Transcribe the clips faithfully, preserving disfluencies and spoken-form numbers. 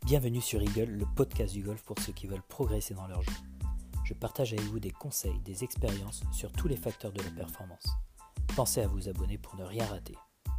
Bienvenue sur Eagle, le podcast du golf pour ceux qui veulent progresser dans leur jeu. Je partage avec vous des conseils, des expériences sur tous les facteurs de la performance. Pensez à vous abonner pour ne rien rater.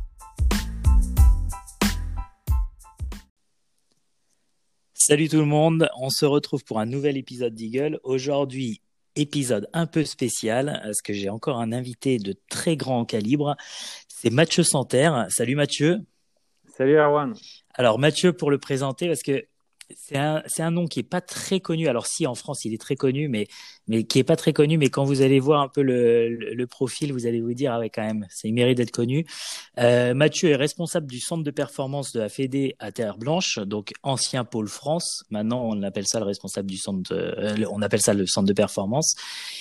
Salut tout le monde, on se retrouve pour un nouvel épisode d'Eagle. Aujourd'hui, épisode un peu spécial parce que j'ai encore un invité de très grand calibre. C'est Mathieu Santerre. Salut Mathieu. Salut Erwan. Alors Mathieu, pour le présenter, parce que c'est un, c'est un nom qui est pas très connu. Alors si, en France, il est très connu, mais, mais qui est pas très connu. Mais quand vous allez voir un peu le, le, le profil, vous allez vous dire, ah ouais, quand même, ça il mérite d'être connu. Euh, Mathieu est responsable du centre de performance de la Fédé à Terre Blanche, donc ancien pôle France. Maintenant, on appelle ça le responsable du centre, de, on appelle ça le centre de performance.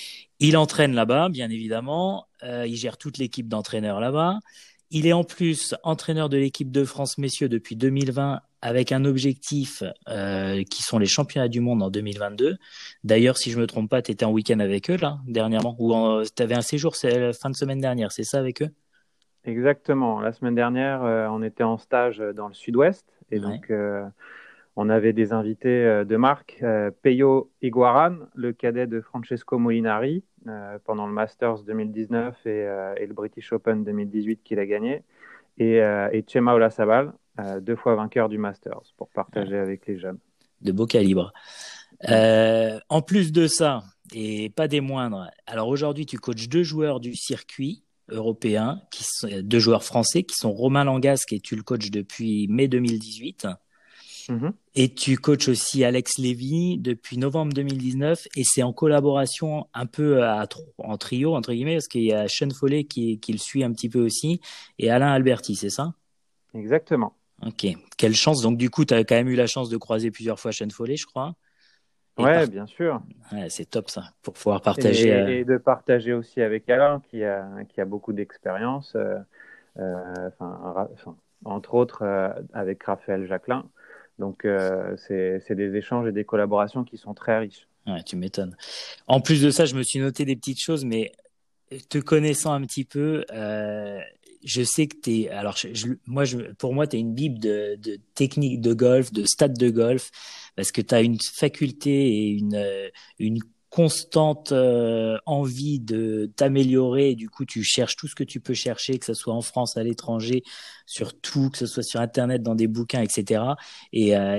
Il entraîne là-bas, bien évidemment. Euh, il gère toute l'équipe d'entraîneurs là-bas. Il est en plus entraîneur de l'équipe de France messieurs depuis deux mille vingt avec un objectif euh, qui sont les championnats du monde en deux mille vingt-deux. D'ailleurs, si je me trompe pas, tu étais en week-end avec eux là dernièrement ou tu avais un séjour c'est la fin de semaine dernière, c'est ça avec eux? Exactement. La semaine dernière, euh, on était en stage dans le sud-ouest et Ouais. donc euh, on avait des invités euh, de marque. Euh, Peyo Higuaran, le cadet de Francesco Molinari euh, pendant le Masters deux mille dix-neuf et, euh, et le British Open deux mille dix-huit qu'il a gagné, et, euh, et Chema Olasabal, euh, deux fois vainqueur du Masters, pour partager avec les jeunes. De beau calibre. Ouais. Euh, en plus de ça, et pas des moindres, alors aujourd'hui tu coaches deux joueurs du circuit européen, qui sont, deux joueurs français qui sont Romain Langasque et tu le coaches depuis mai deux mille dix-huit. Mm-hmm. Et tu coaches aussi Alex Lévy depuis novembre deux mille dix-neuf et c'est en collaboration un peu à, en trio, entre guillemets, parce qu'il y a Sean Foley qui, qui le suit un petit peu aussi et Alain Alberti, c'est ça? Exactement. Ok, quelle chance. Donc du coup, tu as quand même eu la chance de croiser plusieurs fois Sean Foley, je crois. Et Ouais, par... bien sûr. ouais, c'est top ça, pour pouvoir partager. Euh... Et, et de partager aussi avec Alain, qui a, qui a beaucoup d'expérience. Euh, Euh, enfin, enfin, entre autres euh, avec Raphaël Jacquelin. Donc, euh, c'est, c'est des échanges et des collaborations qui sont très riches. Ouais, tu m'étonnes. En plus de ça, je me suis noté des petites choses, mais te connaissant un petit peu, euh, je sais que t'es. Alors, je, je, moi, je, pour moi, t'es une bible de, de technique de golf, de stade de golf, parce que t'as une faculté et une une constante euh, envie de t'améliorer. Et du coup, tu cherches tout ce que tu peux chercher, que ce soit en France, à l'étranger, sur tout, que ce soit sur Internet, dans des bouquins, et cetera. Et euh,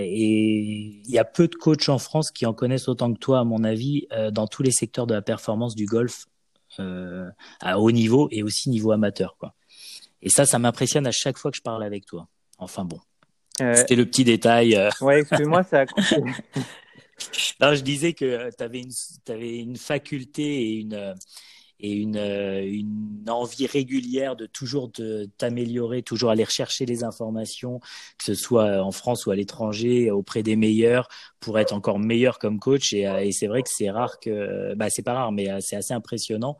et il y a peu de coachs en France qui en connaissent autant que toi, à mon avis, euh, dans tous les secteurs de la performance du golf euh, à haut niveau et aussi niveau amateur, quoi. Et ça, ça m'impressionne à chaque fois que je parle avec toi. Enfin bon, Euh, c'était le petit détail. Euh... ouais, excuse-moi, ça a coupé. Non, je disais que tu avais une, t'avais une faculté et une et une, une envie régulière de toujours de t'améliorer, toujours aller rechercher les informations, que ce soit en France ou à l'étranger, auprès des meilleurs, pour être encore meilleur comme coach. Et, et c'est vrai que c'est rare que, bah c'est pas rare, mais c'est assez impressionnant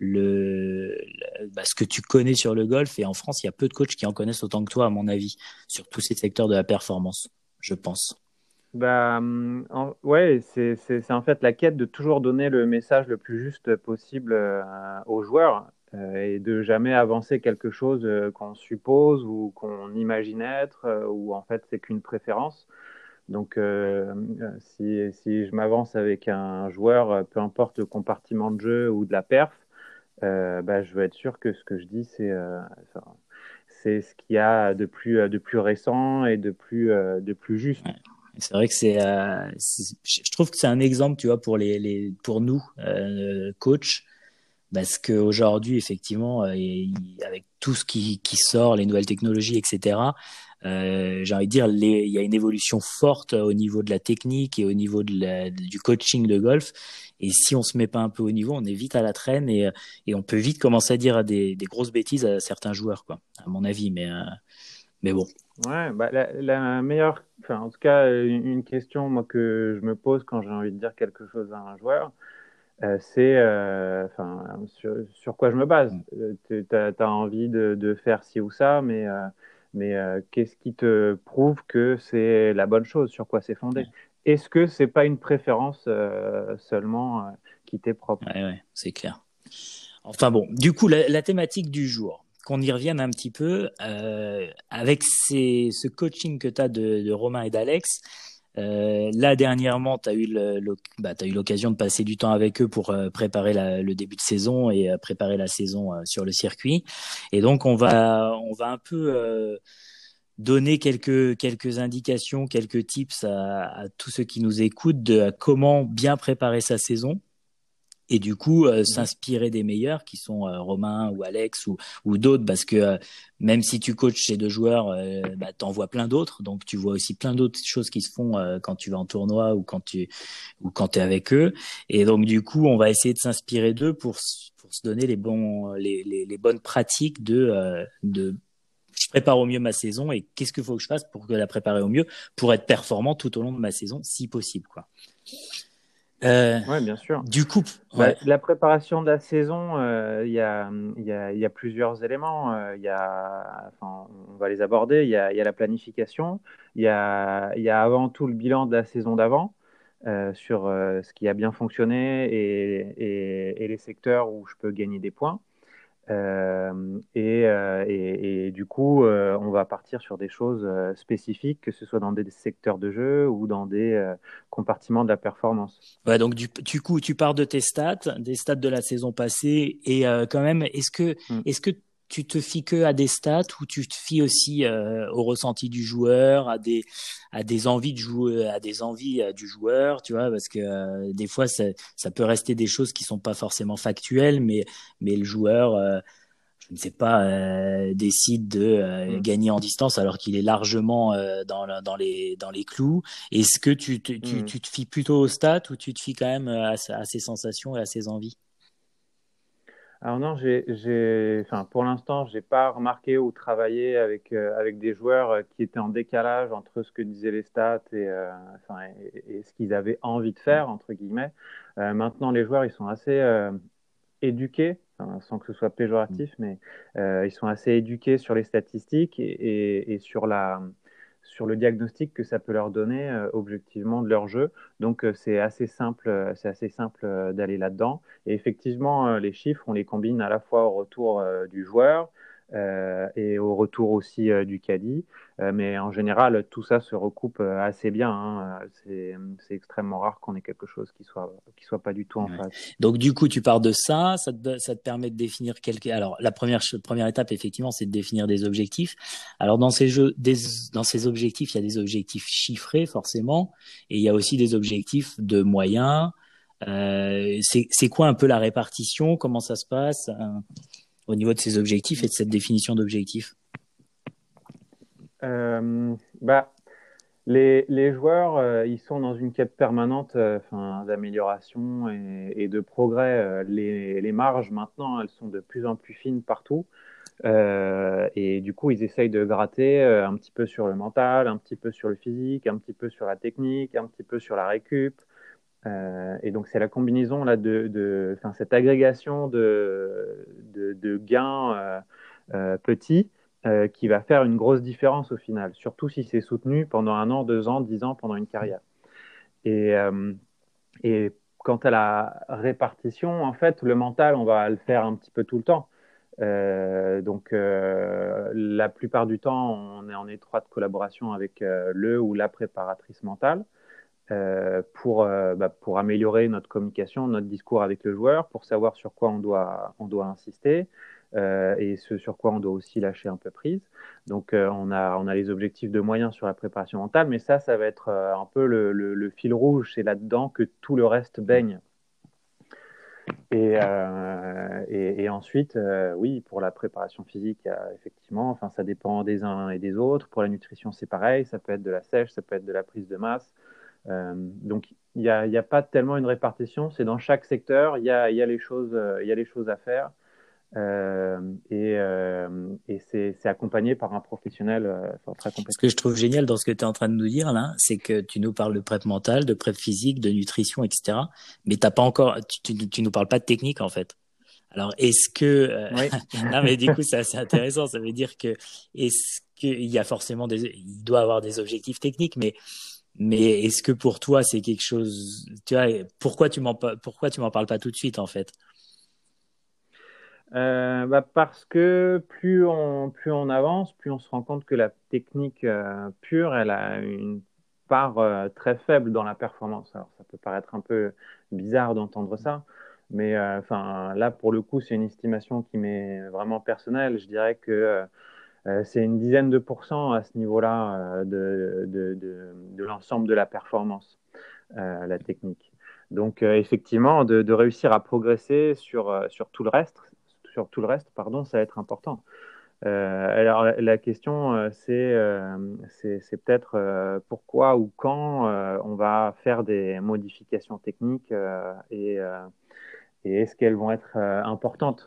le, le bah, ce que tu connais sur le golf. Et en France, il y a peu de coachs qui en connaissent autant que toi, à mon avis, sur tous ces secteurs de la performance, je pense. Bah, hum, en- ouais, c'est, c'est, c'est en fait la quête de toujours donner le message le plus juste possible euh, aux joueurs euh, et de jamais avancer quelque chose euh, qu'on suppose ou qu'on imagine être euh, ou en fait c'est qu'une préférence. Donc, euh, euh, si, si je m'avance avec un joueur, euh, peu importe le compartiment de jeu ou de la perf, euh, bah, je veux être sûr que ce que je dis, c'est euh, enfin, c'est ce qu'il y a de plus, de plus récent et de plus, euh, de plus juste. Ouais. C'est vrai que c'est, euh, c'est, je trouve que c'est un exemple, tu vois, pour les, les pour nous, euh, coachs, parce qu'aujourd'hui, effectivement, euh, et, avec tout ce qui, qui sort, les nouvelles technologies, et cetera, euh, j'ai envie de dire, les, il y a une évolution forte au niveau de la technique et au niveau de la, du coaching de golf. Et si on se met pas un peu au niveau, on est vite à la traîne et, et on peut vite commencer à dire des, des grosses bêtises à certains joueurs, quoi, à mon avis. Mais, euh, mais bon. Ouais, bah, la, la meilleure, enfin, en tout cas, une, une question moi, que je me pose quand j'ai envie de dire quelque chose à un joueur, euh, c'est euh, enfin, sur, sur quoi je me base. Tu as envie de, de faire ci ou ça, mais, euh, mais euh, qu'est-ce qui te prouve que c'est la bonne chose, sur quoi c'est fondé? Est-ce que c'est pas une préférence euh, seulement euh, qui t'est propre? Ouais, ouais, c'est clair. Enfin bon, du coup, la, la thématique du jour, qu'on y revienne un petit peu, euh, avec ces, ce coaching que tu as de, de Romain et d'Alex, Euh, là, dernièrement, tu as eu le, le- bah, t'as eu l'occasion de passer du temps avec eux pour euh, préparer la- le début de saison et euh, préparer la saison euh, sur le circuit. Et donc, on va, on va un peu euh, donner quelques, quelques indications, quelques tips à, à tous ceux qui nous écoutent de à comment bien préparer sa saison et du coup euh, Mhm. s'inspirer des meilleurs qui sont euh, Romain ou Alex ou, ou d'autres parce que euh, même si tu coaches ces deux joueurs, euh, bah, t'en vois plein d'autres, donc tu vois aussi plein d'autres choses qui se font euh, quand tu vas en tournoi ou quand tu ou quand t'es avec eux, et donc du coup on va essayer de s'inspirer d'eux pour pour se donner les bons les, les, les bonnes pratiques de euh, de je prépare au mieux ma saison et qu'est-ce qu'il faut que je fasse pour que la préparer au mieux pour être performant tout au long de ma saison si possible quoi. Euh, Ouais, bien sûr. du coup, Bah, ouais. la préparation de la saison, euh, il y a, il y a, il y a plusieurs éléments. Euh, il y a, enfin, on va les aborder. Il y a, il y a la planification. Il y a, il y a avant tout le bilan de la saison d'avant euh, sur euh, ce qui a bien fonctionné et, et, et les secteurs où je peux gagner des points. Euh, et, euh, et, et du coup, euh, on va partir sur des choses euh, spécifiques, que ce soit dans des secteurs de jeu ou dans des euh, compartiments de la performance. Ouais, donc du, du coup, tu pars de tes stats, des stats de la saison passée, et euh, quand même, est-ce que, Mm. est-ce que tu te fies que à des stats ou tu te fies aussi euh, au ressenti du joueur, à des, à des envies de jouer, à des envies euh, du joueur, tu vois, parce que euh, des fois, ça, ça peut rester des choses qui sont pas forcément factuelles, mais, mais le joueur, euh, je ne sais pas, euh, décide de euh, Mm. gagner en distance alors qu'il est largement euh, dans, la- dans, les, dans les clous. Est-ce que tu, te- tu, Mm. tu te fies plutôt aux stats ou tu te fies quand même à, sa- à ses sensations et à ses envies? Alors non, j'ai, j'ai, enfin, pour l'instant, j'ai pas remarqué ou travaillé avec, euh, avec des joueurs euh, qui étaient en décalage entre ce que disaient les stats et, euh, enfin, et, et ce qu'ils avaient envie de faire, entre guillemets. Euh, maintenant, les joueurs, ils sont assez euh, éduqués, enfin, sans que ce soit péjoratif, mais euh, ils sont assez éduqués sur les statistiques et, et- et sur la, sur le diagnostic que ça peut leur donner euh, objectivement de leur jeu. Donc euh, c'est assez simple, euh, c'est assez simple euh, d'aller là-dedans. Et effectivement, euh, les chiffres, on les combine à la fois au retour euh, du joueur euh, et au retour aussi euh, du caddie. Euh, mais en général, tout ça se recoupe euh, assez bien, hein. C'est, c'est extrêmement rare qu'on ait quelque chose qui soit, qui soit pas du tout en Ouais. phase. Donc du coup, tu pars de ça, ça te, ça te permet de définir quelques. Alors la première ch- première étape, effectivement, c'est de définir des objectifs. Alors dans ces jeux, des, dans ces objectifs, il y a des objectifs chiffrés forcément, et il y a aussi des objectifs de moyens. Euh, c'est c'est quoi un peu la répartition? Comment ça se passe euh, au niveau de ces objectifs et de cette définition d'objectifs? Euh, bah, les, les joueurs, euh, ils sont dans une quête permanente euh, enfin, d'amélioration et, et de progrès. Euh, Les, les marges, maintenant, elles sont de plus en plus fines partout. Euh, et du coup, ils essayent de gratter euh, un petit peu sur le mental, un petit peu sur le physique, un petit peu sur la technique, un petit peu sur la récup. Euh, et donc, c'est la combinaison là, de, de, enfin, cette agrégation de, de, de gains euh, euh, petits euh, qui va faire une grosse différence au final, surtout si c'est soutenu pendant un an, deux ans, dix ans, pendant une carrière. Et, euh, et quant à la répartition, en fait, le mental, on va le faire un petit peu tout le temps. Euh, donc, euh, la plupart du temps, on est en étroite collaboration avec euh, le ou la préparatrice mentale euh, pour, euh, bah, pour améliorer notre communication, notre discours avec le joueur, pour savoir sur quoi on doit, on doit insister euh, et ce sur quoi on doit aussi lâcher un peu prise. Donc, euh, on a, on a les objectifs de moyens sur la préparation mentale, mais ça, ça va être euh, un peu le, le, le fil rouge. C'est là-dedans que tout le reste baigne. Et, euh, et, et ensuite, euh, oui, pour la préparation physique, euh, effectivement, enfin, ça dépend des uns et des autres. Pour la nutrition, c'est pareil. Ça peut être de la sèche, ça peut être de la prise de masse. Euh, donc, il n'y a, y a pas tellement une répartition. C'est dans chaque secteur, il y a, y a les choses, euh, il y a les choses à faire. Euh, et euh, et c'est, c'est accompagné par un professionnel euh, enfin, très Ce que compétent. je trouve génial dans ce que tu es en train de nous dire là, c'est que tu nous parles de prep mentale, de prep physique, de nutrition, et cetera. Mais t'as pas encore, tu, tu, tu nous parles pas de technique en fait. Alors, est-ce que euh, Oui. non, mais du coup, c'est assez intéressant. Ça veut dire que est-ce qu'il y a forcément des, il doit avoir des objectifs techniques, mais mais est-ce que pour toi c'est quelque chose, tu vois, pourquoi tu m'en pa- pourquoi tu m'en parles pas tout de suite en fait? Euh, bah parce que plus on, plus on avance, plus on se rend compte que la technique euh, pure, elle a une part euh, très faible dans la performance. Alors, ça peut paraître un peu bizarre d'entendre ça, mais euh, enfin, là, pour le coup, c'est une estimation qui m'est vraiment personnelle. Je dirais que euh, c'est une dizaine de pourcents à ce niveau-là euh, de, de, de, de l'ensemble de la performance, euh, la technique. Donc, euh, effectivement, de, de réussir à progresser sur, euh, sur tout le reste, sur tout le reste, pardon, ça va être important. Euh, alors, la, la question, euh, c'est euh, c'est c'est peut-être euh, pourquoi ou quand euh, on va faire des modifications techniques euh, et, euh, et est-ce qu'elles vont être euh, importantes.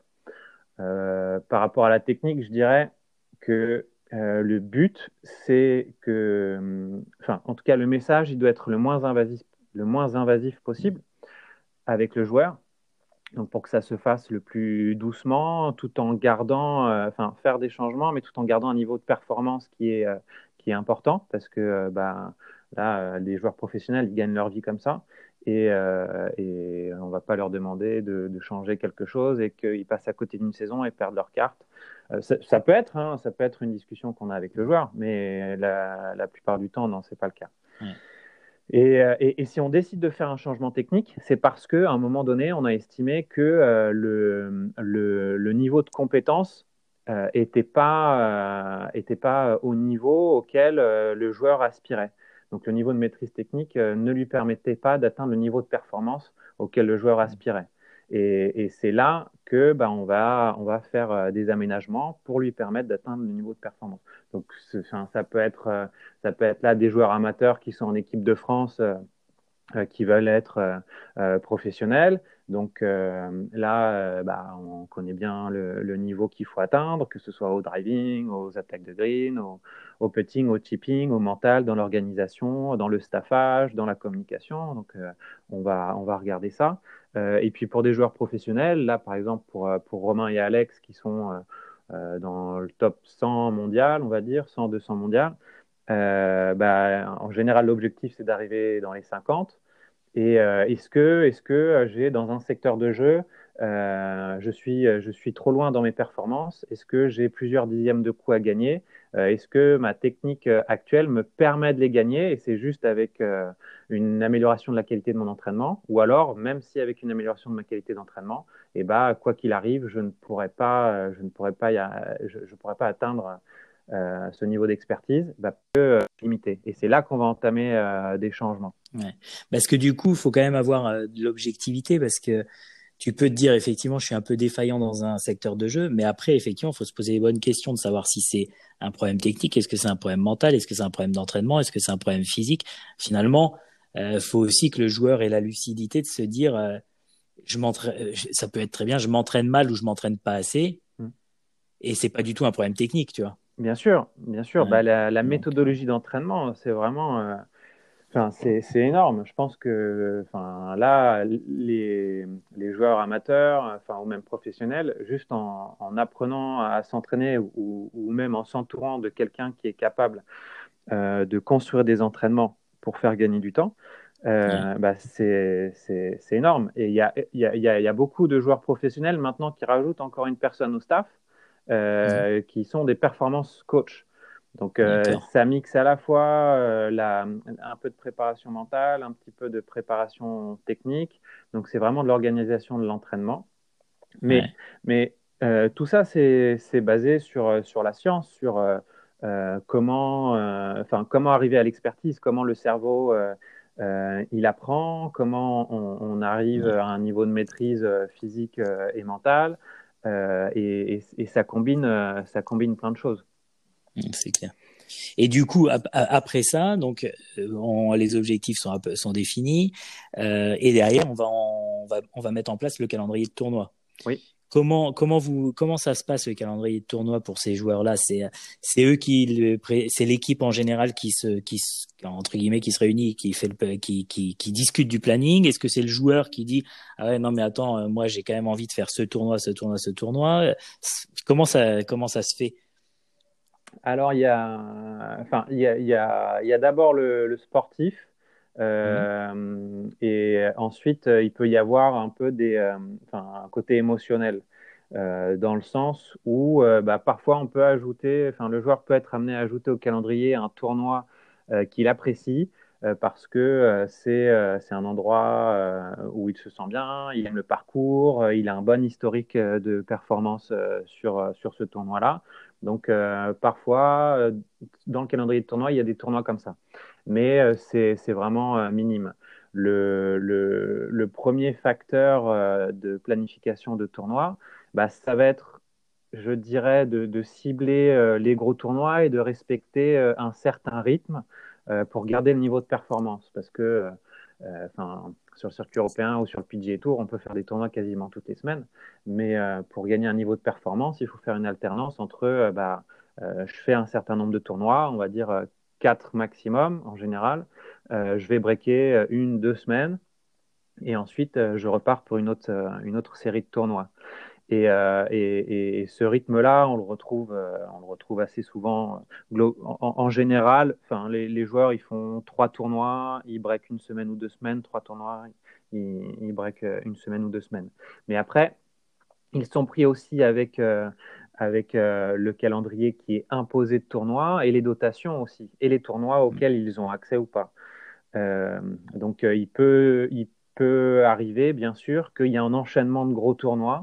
Euh, par rapport à la technique, je dirais que euh, le but, c'est que, hum, enfin, en tout cas, le message, il doit être le moins invasif, le moins invasif possible avec le joueur. Donc, pour que ça se fasse le plus doucement, tout en gardant, euh, enfin, faire des changements, mais tout en gardant un niveau de performance qui est, euh, qui est important, parce que euh, bah, là, euh, les joueurs professionnels, ils gagnent leur vie comme ça, et, euh, et on ne va pas leur demander de, de changer quelque chose et qu'ils passent à côté d'une saison et perdent leur carte. Euh, ça, ça peut être, hein, ça peut être une discussion qu'on a avec le joueur, mais la, la plupart du temps, non, c'est pas le cas. Ouais. Et, euh, et, et, si on décide de faire un changement technique, c'est parce qu'à un moment donné, on a estimé que euh, le, le, le, niveau de compétence n'était euh, pas, euh, était pas au niveau auquel euh, le joueur aspirait. Donc le niveau de maîtrise technique euh, ne lui permettait pas d'atteindre le niveau de performance auquel le joueur aspirait. Et, et c'est là que bah, on, va, on va faire euh, des aménagements pour lui permettre d'atteindre le niveau de performance. Donc enfin, ça peut être... Euh, ça peut être là des joueurs amateurs qui sont en équipe de France, euh, euh, qui veulent être euh, euh, professionnels. Donc euh, là, euh, bah, on connaît bien le, le niveau qu'il faut atteindre, que ce soit au driving, aux attaques de green, au, au putting, au chipping, au mental, dans l'organisation, dans le staffage, dans la communication. Donc euh, on, va, on va regarder ça. Euh, et puis pour des joueurs professionnels, là par exemple pour, pour Romain et Alex qui sont euh, euh, dans le top cent mondial, on va dire, cent deux cents mondial, euh, bah, en général, l'objectif, c'est d'arriver dans les cinquante. Et euh, est-ce que, est-ce que j'ai dans un secteur de jeu, euh, je suis, je suis trop loin dans mes performances? Est-ce que j'ai plusieurs dixièmes de coups à gagner? Euh, est-ce que ma technique actuelle me permet de les gagner et c'est juste avec euh, une amélioration de la qualité de mon entraînement? Ou alors, même si avec une amélioration de ma qualité d'entraînement, et bah, quoi qu'il arrive, je ne pourrais pas, je ne pourrais pas, y a, je, je pourrais pas atteindre euh, ce niveau d'expertise, bah, peut euh, limiter. Et c'est là qu'on va entamer euh, des changements. Ouais. Parce que du coup, il faut quand même avoir euh, de l'objectivité parce que tu peux te dire effectivement, je suis un peu défaillant dans un secteur de jeu, mais après, effectivement, il faut se poser les bonnes questions de savoir si c'est un problème technique, est-ce que c'est un problème mental, est-ce que c'est un problème d'entraînement, est-ce que c'est un problème physique. Finalement, il euh, faut aussi que le joueur ait la lucidité de se dire, euh, je m'entraîne, ça peut être très bien, je m'entraîne mal ou je m'entraîne pas assez, Mm. et c'est pas du tout un problème technique, tu vois. Bien sûr, bien sûr. Ouais. Bah, la, la Donc, euh, méthodologie d'entraînement, c'est vraiment, euh, enfin, c'est, c'est énorme. Je pense que, enfin, là, les, les joueurs amateurs, enfin, ou même professionnels, juste en, en apprenant à s'entraîner ou, ou même en s'entourant de quelqu'un qui est capable euh, de construire des entraînements pour faire gagner du temps, ouais. euh, bah, c'est, c'est, c'est énorme. Et il y a, il y a, il y a, il y a beaucoup de joueurs professionnels maintenant qui rajoutent encore une personne au staff Mmh. euh, qui sont des performance coach. Donc, euh, D'accord. ça mixe à la fois euh, la, un peu de préparation mentale, un petit peu de préparation technique. Donc, c'est vraiment de l'organisation de l'entraînement. Mais, Ouais. mais euh, tout ça, c'est, c'est basé sur, sur la science, sur euh, euh, comment, euh, enfin, comment arriver à l'expertise, comment le cerveau euh, euh, il apprend, comment on, on arrive Ouais. à un niveau de maîtrise euh, physique euh, et mentale. Euh, et, et- et ça combine, euh, ça combine plein de choses. Mmh, c'est clair. Et du coup, ap- a- après ça, donc, euh, on- les objectifs sont, un peu- sont définis, euh, et derrière, on va, en- on va, on va mettre en place le calendrier de tournoi. Oui. Comment, comment vous, comment ça se passe le calendrier de tournoi pour ces joueurs-là? C'est, c'est eux qui, le pré- c'est l'équipe en général qui se, qui se- entre guillemets, qui se réunit, qui fait le, qui, qui, qui discute du planning. Est-ce que c'est le joueur qui dit, ah ouais, non, mais attends, euh, moi, j'ai quand même envie de faire ce tournoi, ce tournoi, ce tournoi. Comment ça, comment ça se fait? Alors, il y a, enfin, il y a, il y a, il y a d'abord le, le sportif, Mhm. euh, et ensuite, euh, il peut y avoir un peu des, euh, enfin, un côté émotionnel, euh, dans le sens où euh, bah, parfois on peut ajouter, enfin, le joueur peut être amené à ajouter au calendrier un tournoi euh, qu'il apprécie, euh, parce que euh, c'est euh, c'est un endroit euh, où il se sent bien, il aime le parcours, euh, il a un bon historique euh, de performance euh, sur, euh, sur ce tournoi-là. Donc euh, parfois, euh, dans le calendrier de tournoi, il y a des tournois comme ça. Mais euh, c'est c'est vraiment euh, minime. Le, le, le premier facteur euh, de planification de tournoi, bah, ça va être, je dirais, de, de cibler euh, les gros tournois et de respecter euh, un certain rythme euh, pour garder le niveau de performance. Parce que euh, enfin, sur le circuit européen ou sur le P G A Tour, on peut faire des tournois quasiment toutes les semaines. Mais euh, pour gagner un niveau de performance, il faut faire une alternance entre euh, bah, euh, je fais un certain nombre de tournois, on va dire euh, quatre maximum en général. Euh, je vais breaker euh, une, deux semaines. Et ensuite, euh, je repars pour une autre, euh, une autre série de tournois. Et, euh, et, et ce rythme-là, on le retrouve, euh, on le retrouve assez souvent. En, en général, enfin, les, les, joueurs, ils font trois tournois, ils breakent une semaine ou deux semaines, trois tournois, ils, ils breakent une semaine ou deux semaines. Mais après, ils sont pris aussi avec, euh, avec euh, le calendrier qui est imposé de tournois et les dotations aussi, et les tournois auxquels ils ont accès ou pas. Euh, donc, euh, il peut, il peut arriver, bien sûr, qu'il y ait un enchaînement de gros tournois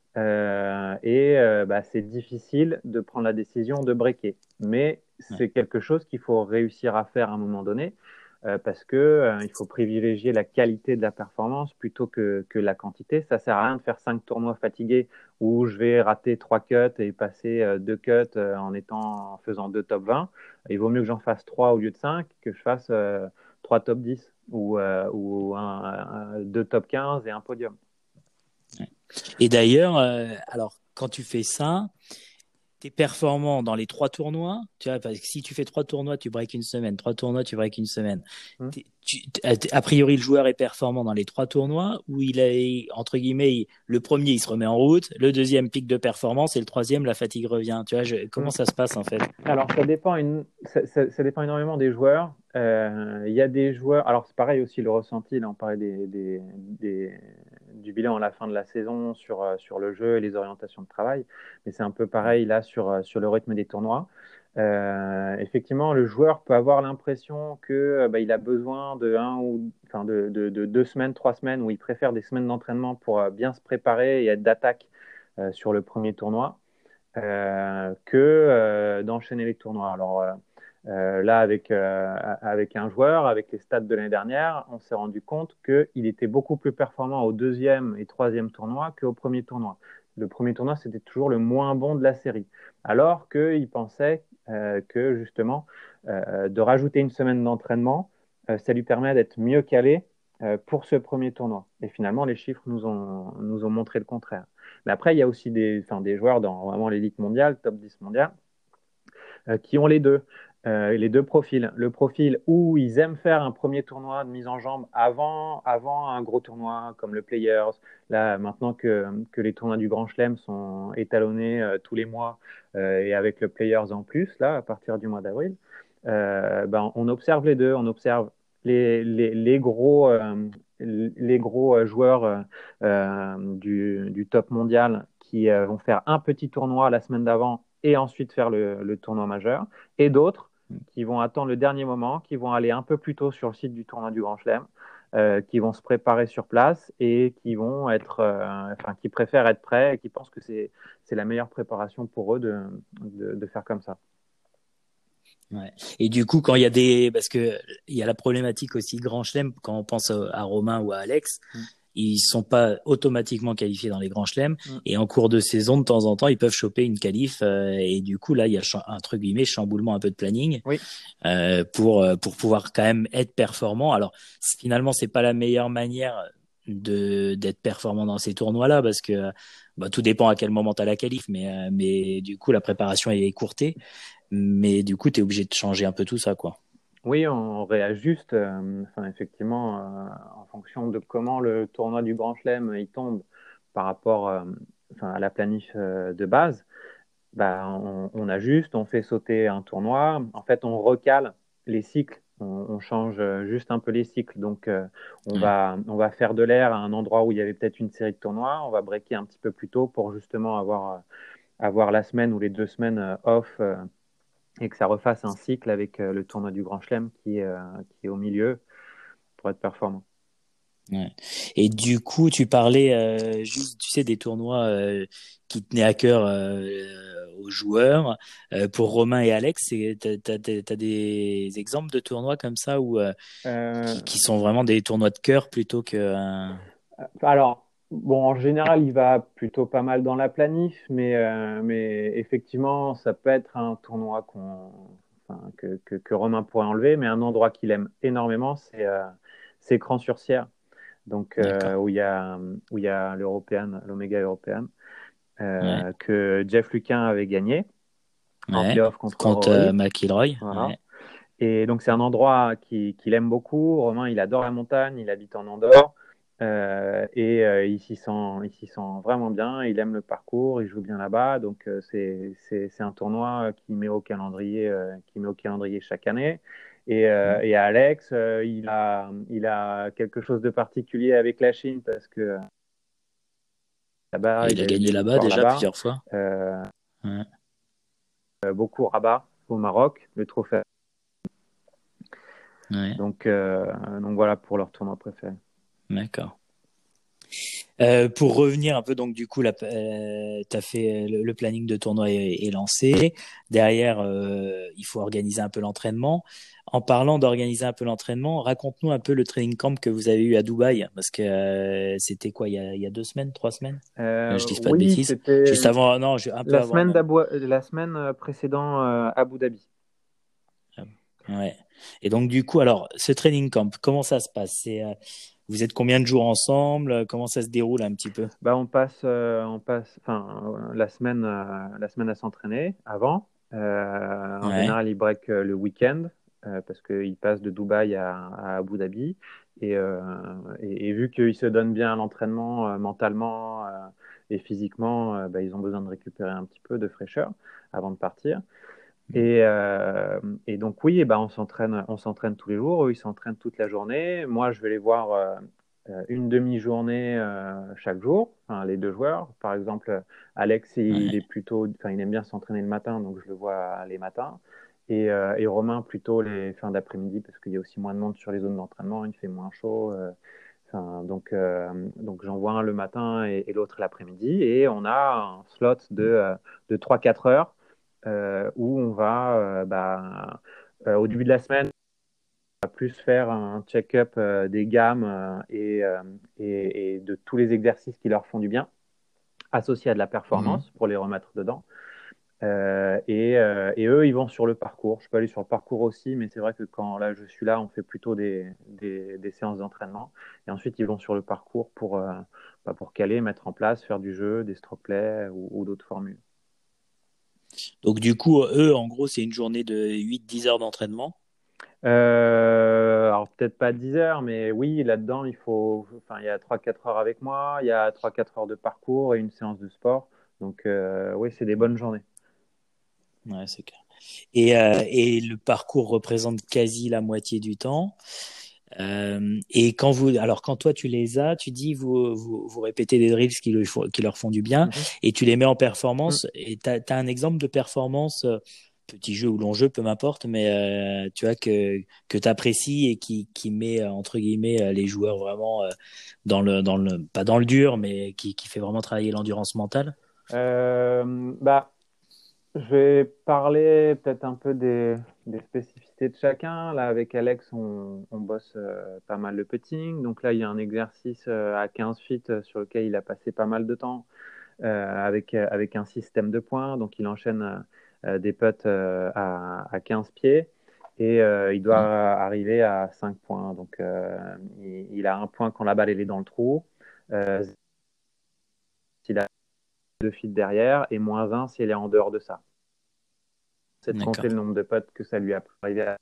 euh, et euh, bah, c'est difficile de prendre la décision de breaker. Mais Ouais. c'est quelque chose qu'il faut réussir à faire à un moment donné euh, parce que euh, il faut privilégier la qualité de la performance plutôt que, que la quantité. Ça sert à rien de faire cinq tournois fatigués où je vais rater trois cuts et passer euh, deux cuts euh, en étant en faisant deux top vingt. Il vaut mieux que j'en fasse trois au lieu de cinq, que je fasse euh, trois top dix ou, euh, ou un, un, deux top quinze et un podium. Ouais. Et d'ailleurs, euh, alors quand tu fais ça, tu es performant dans les trois tournois. Tu vois, parce que si tu fais trois tournois, tu breaks une semaine. Trois tournois, tu breaks une semaine. Hmm. T'es- tu- a a priori, le joueur est performant dans les trois tournois où il a, entre guillemets, il- le premier, il se remet en route, le deuxième, pic de performance, et le troisième, la fatigue revient. Tu vois, je- comment Hmm. ça se passe en fait? Alors, ça dépend, une, ça, ça- ça dépend énormément des joueurs. Euh, Il y a des joueurs, alors c'est pareil aussi le ressenti, là on parlait des, des- des- du bilan à la fin de la saison sur, euh, sur le jeu et les orientations de travail, mais c'est un peu pareil là sur, euh, sur le rythme des tournois. Euh, effectivement, le joueur peut avoir l'impression que euh, bah, il a besoin de, un ou, enfin de, de- de deux semaines, trois semaines, où il préfère des semaines d'entraînement pour euh, bien se préparer et être d'attaque euh, sur le premier tournoi euh, que euh, d'enchaîner les tournois. Alors euh, euh, là, avec, euh, avec un joueur, avec les stats de l'année dernière, on s'est rendu compte qu'il était beaucoup plus performant au deuxième et troisième tournoi qu'au premier tournoi. Le premier tournoi, c'était toujours le moins bon de la série. Alors qu'il pensait euh, que justement, euh, de rajouter une semaine d'entraînement, euh, ça lui permet d'être mieux calé euh, pour ce premier tournoi. Et finalement, les chiffres nous ont, nous ont montré le contraire. Mais après, il y a aussi des, enfin, des joueurs dans vraiment l'élite mondiale, top dix mondial, euh, qui ont les deux. Euh, les deux profils. Le profil où ils aiment faire un premier tournoi de mise en jambe avant, avant un gros tournoi comme le Players. Là, maintenant que, que les tournois du Grand Chelem sont étalonnés euh, tous les mois euh, et avec le Players en plus, là, à partir du mois d'avril, euh, ben, on observe les deux. On observe les, les, les gros, euh, les gros joueurs euh, du, du top mondial qui euh, vont faire un petit tournoi la semaine d'avant et ensuite faire le, le tournoi majeur, et d'autres qui vont attendre le dernier moment, qui vont aller un peu plus tôt sur le site du tournoi du Grand Chelem, euh, qui vont se préparer sur place et qui vont être, euh, enfin, qui préfèrent être prêts et qui pensent que c'est, c'est la meilleure préparation pour eux de, de, de faire comme ça. Ouais. Et du coup, quand il y a des, parce que il y a la problématique aussi Grand Chelem, quand on pense à, à Romain ou à Alex, Mm. ils sont pas automatiquement qualifiés dans les grands chelems Mm. et en cours de saison de temps en temps ils peuvent choper une qualif euh, et du coup là il y a un truc guillemets chamboulement un peu de planning Oui. euh, pour euh, pour pouvoir quand même être performant. Alors finalement c'est pas la meilleure manière de d'être performant dans ces tournois là parce que bah, tout dépend à quel moment tu as la qualif mais euh, mais du coup la préparation est écourtée mais du coup tu es obligé de changer un peu tout ça quoi. Oui, on réajuste, euh, enfin, effectivement, euh, en fonction de comment le tournoi du Grand Chelem il tombe par rapport euh, enfin, à la planif euh, de base. Bah, on, on ajuste, on fait sauter un tournoi. En fait, on recale les cycles. On, on change juste un peu les cycles. Donc, euh, on Ouais. va, on va faire de l'air à un endroit où il y avait peut-être une série de tournois. On va breaker un petit peu plus tôt pour justement avoir, avoir la semaine ou les deux semaines euh, off euh, et que ça refasse un cycle avec euh, le tournoi du Grand Chelem qui, euh, qui est au milieu pour être performant. Ouais. Et du coup, tu parlais euh, juste, tu sais, des tournois euh, qui tenaient à cœur euh, aux joueurs. Euh, pour Romain et Alex, c'est- t'as, t'as, t'as t'as des exemples de tournois comme ça où, euh, Euh, qui, qui sont vraiment des tournois de cœur plutôt que... euh, alors, bon, en général, il va plutôt pas mal dans la planif, mais, euh, mais effectivement, ça peut être un tournoi qu'on, enfin, que, que, que Romain pourrait enlever, mais un endroit qu'il aime énormément, c'est euh, c'est Cran-sur-Sierre, donc euh, D'accord. où il y a, où il y a l'European, l'Omega European, Ouais. euh, que Jeff Luquin avait gagné en Ouais. playoff contre Contre euh, Rory. McIlroy. Voilà. Ouais. Et donc, c'est un endroit qu'il qui aime beaucoup. Romain, il adore la montagne, il habite en Andorre. Euh, et euh, il s'y sent, il s'y sent vraiment bien. Il aime le parcours, il joue bien là-bas. Donc, euh, c'est, c'est, c'est un tournoi qui met au calendrier, euh, qui met au calendrier chaque année. Et, euh, et Alex, euh, il a, il a quelque chose de particulier avec la Chine parce que euh, là-bas, Et il il a a eu gagné des là-bas victoires déjà là-bas. plusieurs fois. Euh, Ouais. beaucoup Rabat au Maroc, le trophée. Ouais. Donc, euh, donc voilà pour leur tournoi préféré. D'accord. Euh, pour revenir un peu, donc du coup, la, euh, t'as fait le, le planning de tournoi est, est lancé. Derrière, euh, il faut organiser un peu l'entraînement. En parlant d'organiser un peu l'entraînement, raconte-nous un peu le training camp que vous avez eu à Dubaï, parce que euh, c'était quoi, il y a, il y a deux semaines, trois semaines? Euh, Euh, je dis pas de oui, bêtises. c'était Juste avant, non, je- un peu la avant semaine même. d'Abou- la semaine euh, précédant euh, Abu Dhabi. Ouais. Et donc du coup, alors, ce training camp, comment ça se passe? C'est, euh, vous êtes combien de jours ensemble? Comment ça se déroule un petit peu? Bah, on passe, euh, on passe, enfin, euh, la semaine, euh, la semaine à s'entraîner avant. Euh, en Ouais. général, il break euh, le week-end euh, parce qu'il passe de Dubaï à, à Abu Dhabi. Et, euh, et, et vu qu'ils se donnent bien à l'entraînement euh, mentalement euh, et physiquement, euh, bah, ils ont besoin de récupérer un petit peu de fraîcheur avant de partir. Et, euh, et donc oui, eh ben, on s'entraîne, on s'entraîne tous les jours. Eux, ils s'entraînent toute la journée. Moi, je vais les voir euh, euh, une demi-journée euh, chaque jour. Enfin, les deux joueurs. Par exemple, Alex, il Ouais. est plutôt, enfin, il aime bien s'entraîner le matin, donc je le vois les matins. Et, euh, et Romain plutôt les fins d'après-midi parce qu'il y a aussi moins de monde sur les zones d'entraînement. Il fait moins chaud. Euh, enfin, donc, euh, donc j'en vois un le matin et, et l'autre l'après-midi. Et on a un slot de, euh, de trois quatre heures euh, où on va, euh, bah, euh, au début de la semaine, on va plus faire un check-up euh, des gammes euh, et, euh, et, et de tous les exercices qui leur font du bien, associés à de la Mhm. performance pour les remettre dedans. Euh, et, euh, et, eux, ils vont sur le parcours. Je peux aller sur le parcours aussi, mais c'est vrai que quand là je suis là, on fait plutôt des, des, des séances d'entraînement. Et ensuite, ils vont sur le parcours pour, euh, bah, pour caler, mettre en place, faire du jeu, des stroke play ou, ou d'autres formules. Donc du coup, eux, en gros, c'est une journée de huit dix heures d'entraînement. Euh, alors peut-être pas dix heures, mais oui, là-dedans, il faut, enfin, il y a trois quatre heures avec moi, il y a trois quatre heures de parcours et une séance de sport. Donc euh, oui, c'est des bonnes journées. Ouais, c'est clair. Et, euh, et le parcours représente quasi la moitié du temps. Euh, et quand vous, alors quand toi tu les as, tu dis vous, vous, vous répétez des drills qui, le font- qui leur font du bien Mhm. et tu les mets en Mm. performance. Et tu as un exemple de performance, euh, petit jeu ou long jeu, peu m'importe, mais euh, tu vois que, que tu apprécies et qui, qui met euh, entre guillemets euh, les joueurs vraiment euh, dans le, dans le, pas dans le dur, mais qui, qui fait vraiment travailler l'endurance mentale. Euh, bah, je vais parler peut-être un peu des, des spécificités de chacun. Là, avec Alex, on, on bosse euh, pas mal le putting. Donc là, il y a un exercice euh, à quinze feet euh, sur lequel il a passé pas mal de temps. euh, avec, euh, avec un système de points. Donc, il enchaîne euh, des putts euh, à, à quinze pieds et euh, il doit Mm. arriver à cinq points. Donc, euh, il, il, a un point quand la balle elle est dans le trou, euh, s'il a deux feet derrière et moins un si elle est en dehors de ça. C'est de compter D'accord. le nombre de putts que ça lui a arrivé à.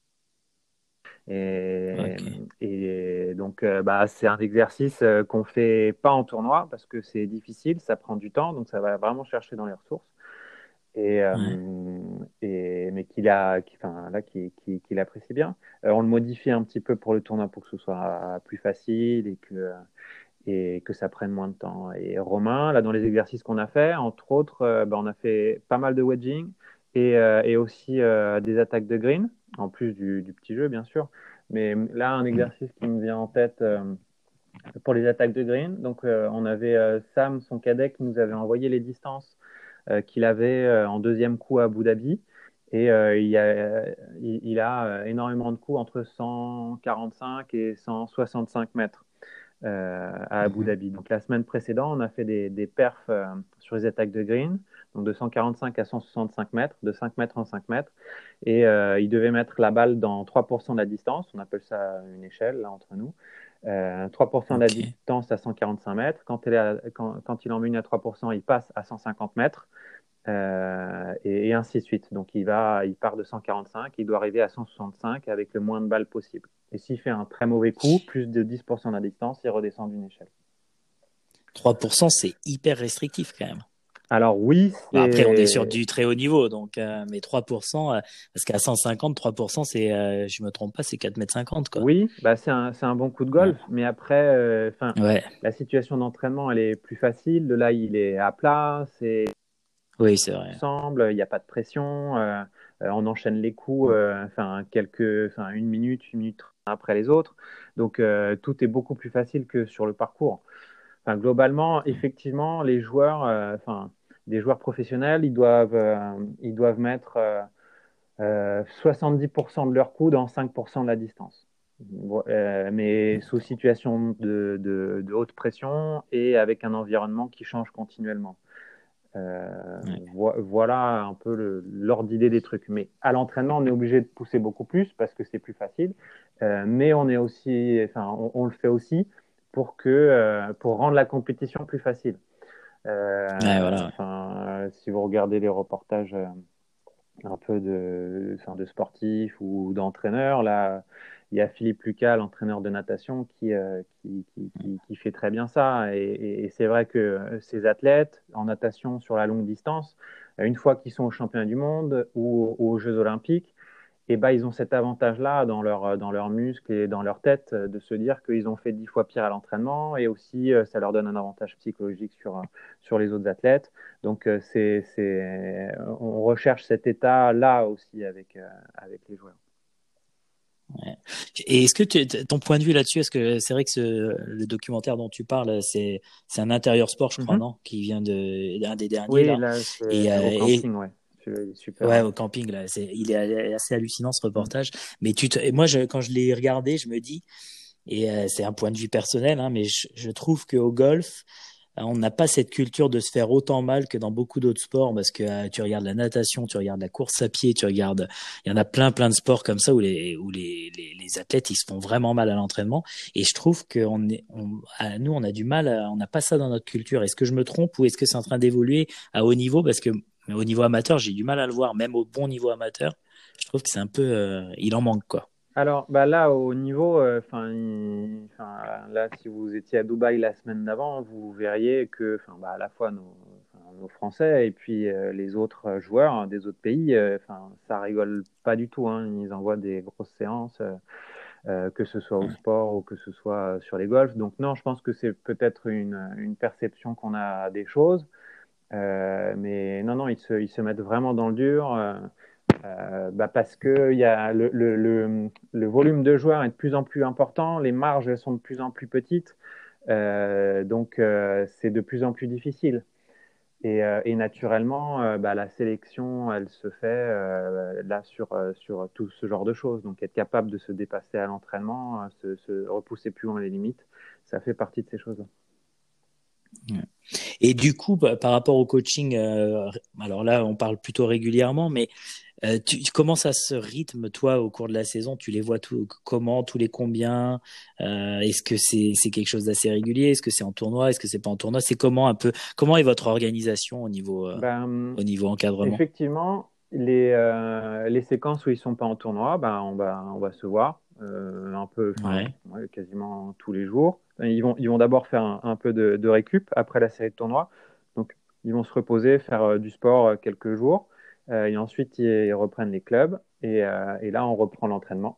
Et, Ok. et donc, euh, bah, c'est un exercice euh, qu'on fait pas en tournoi parce que c'est difficile, ça prend du temps, donc ça va vraiment chercher dans les ressources. et, Ouais. euh, et mais qu'il a, qui, enfin, là, qu'il qui, qui apprécie bien. Euh, on le modifie un petit peu pour le tournoi pour que ce soit plus facile et que, et que ça prenne moins de temps. Et Romain, là, dans les exercices qu'on a fait, entre autres, euh, ben, on a fait pas mal de wedging et, euh, et aussi euh, des attaques de green, en plus du, du petit jeu, bien sûr. Mais là, un exercice qui me vient en tête euh, pour les attaques de green. Donc, euh, on avait euh, Sam, son cadet, qui nous avait envoyé les distances euh, qu'il avait euh, en deuxième coup à Abu Dhabi. Et euh, il, a, il, il a euh, énormément de coups entre cent quarante-cinq et cent soixante-cinq mètres euh, à Abu Mhm. Dhabi. Donc la semaine précédente, on a fait des, des perfs euh, sur les attaques de green, donc de cent quarante-cinq à cent soixante-cinq mètres, de cinq mètres en cinq mètres. Et euh, il devait mettre la balle dans trois pour cent de la distance, on appelle ça une échelle là, entre nous. Euh, trois pour cent de la Ok. distance à cent quarante-cinq mètres. Quand, elle est à- quand, quand il en met à trois pour cent, il passe à cent cinquante mètres. Euh, et, et ainsi de suite. Donc il va, il part de cent quarante-cinq, il doit arriver à cent soixante-cinq avec le moins de balles possible. Et s'il fait un très mauvais coup, plus de dix pour cent de la distance, il redescend d'une échelle. trois pour cent, c'est hyper restrictif quand même. Alors oui, Bon, après, on est sur c'est du très haut niveau, donc, euh, mais trois pour cent, euh, parce qu'à cent cinquante, trois pour cent, c'est, euh, je me trompe pas, c'est quatre mètres cinquante, quoi. oui, bah c'est un, c'est un bon coup de Ouais. golf, mais après, euh, enfin, Ouais. la situation d'entraînement, elle est plus facile. De là, il est à plat, c'est Oui, c'est vrai. ensemble, il n'y a pas de pression, euh, euh, on enchaîne les coups, euh, enfin quelques, enfin une minute, une minute après les autres. Donc euh, tout est beaucoup plus facile que sur le parcours. Enfin, globalement, effectivement, les joueurs, euh, enfin, des joueurs professionnels, ils doivent, euh, ils doivent mettre euh, euh, soixante-dix pour cent de leurs coups dans cinq pour cent de la distance. Euh, mais sous situation de, de, de, haute pression et avec un environnement qui change continuellement. Euh, Ouais. vo voilà un peu l'ordre d'idée des trucs. Mais à l'entraînement, on est obligé de pousser beaucoup plus parce que c'est plus facile. Euh, mais on est aussi, enfin, on, on, le fait aussi pour que, euh, pour rendre la compétition plus facile. Ouais, Euh, voilà. enfin, euh, si vous regardez les reportages euh, un peu de, enfin, de sportifs ou d'entraîneurs, là, il y a Philippe Lucas, l'entraîneur de natation, qui, euh, qui, qui, qui, qui, fait très bien ça. Et, et, et c'est vrai que ces athlètes en natation sur la longue distance, une fois qu'ils sont aux championnats du monde ou aux Jeux olympiques, et ben, ils ont cet avantage-là dans, leur, dans leurs muscles et dans leur tête de se dire qu'ils ont fait dix fois pire à l'entraînement et aussi ça leur donne un avantage psychologique sur, sur les autres athlètes. Donc c'est, c'est, on recherche cet état-là aussi avec, avec les joueurs. Ouais. Et est-ce que tu, ton point de vue là-dessus, est-ce que c'est vrai que ce, le documentaire dont tu parles, c'est, c'est un intérieur sport, je crois, Mm-hmm. non? Qui vient de, d'un des derniers, Oui, là. là, c'est Et, au euh, et, camping, ouais. C'est super. ouais, Ouais. au camping, là. C'est, il est assez hallucinant, ce Mm. reportage. Mais tu te, et moi, je, quand je l'ai regardé, je me dis, et euh, c'est un point de vue personnel, hein, mais je, je trouve qu'au golf, euh, on n'a pas cette culture de se faire autant mal que dans beaucoup d'autres sports, parce que euh, tu regardes la natation, tu regardes la course à pied, tu regardes, il y en a plein plein de sports comme ça où les où les les, les athlètes ils se font vraiment mal à l'entraînement. Et je trouve que on est, on, à, nous on a du mal, à, on n'a pas ça dans notre culture. Est-ce que je me trompe ou est-ce que c'est en train d'évoluer à haut niveau? Parce que au niveau amateur, j'ai du mal à le voir, même au bon niveau amateur. Je trouve que c'est un peu, euh, il en manque quoi. Alors, bah là, au niveau, enfin, euh, là, si vous étiez à Dubaï la semaine d'avant, vous verriez que, enfin, bah, à la fois nos, nos Français et puis euh, les autres euh, joueurs hein, des autres pays, enfin, euh, ça rigole pas du tout. Hein. Ils envoient des grosses séances, euh, euh, que ce soit au sport ou que ce soit sur les golfs. Donc non, je pense que c'est peut-être une, une perception qu'on a des choses, euh, mais non, non, ils se, ils se mettent vraiment dans le dur. Euh, euh, bah parce que y a le, le, le, le, volume de joueurs est de plus en plus important, les marges sont de plus en plus petites, euh, donc euh, c'est de plus en plus difficile. Et, euh, et naturellement, euh, bah, la sélection, elle se fait euh, là sur, euh, sur tout ce genre de choses. Donc être capable de se dépasser à l'entraînement, euh, se, se repousser plus loin les limites, ça fait partie de ces choses-là. Et du coup, par rapport au coaching, euh, alors là, on parle plutôt régulièrement, mais euh, tu, tu commences à ce rythme, toi, au cours de la saison, tu les vois tout, comment, tous les combien? Euh, est-ce que c'est c'est quelque chose d'assez régulier? Est-ce que c'est en tournoi? Est-ce que c'est pas en tournoi? C'est comment un peu, comment est votre organisation au niveau euh, Ben, au niveau encadrement? effectivement, les, euh, les séquences où ils sont pas en tournoi, ben, on va, on va se voir euh, un peu, enfin, Ouais. ouais, quasiment tous les jours. Ils vont, ils vont d'abord faire un, un peu de, de récup après la série de tournois. Donc, ils vont se reposer, faire euh, du sport euh, quelques jours. Euh, et ensuite, ils, ils reprennent les clubs. Et, euh, et là, on reprend l'entraînement.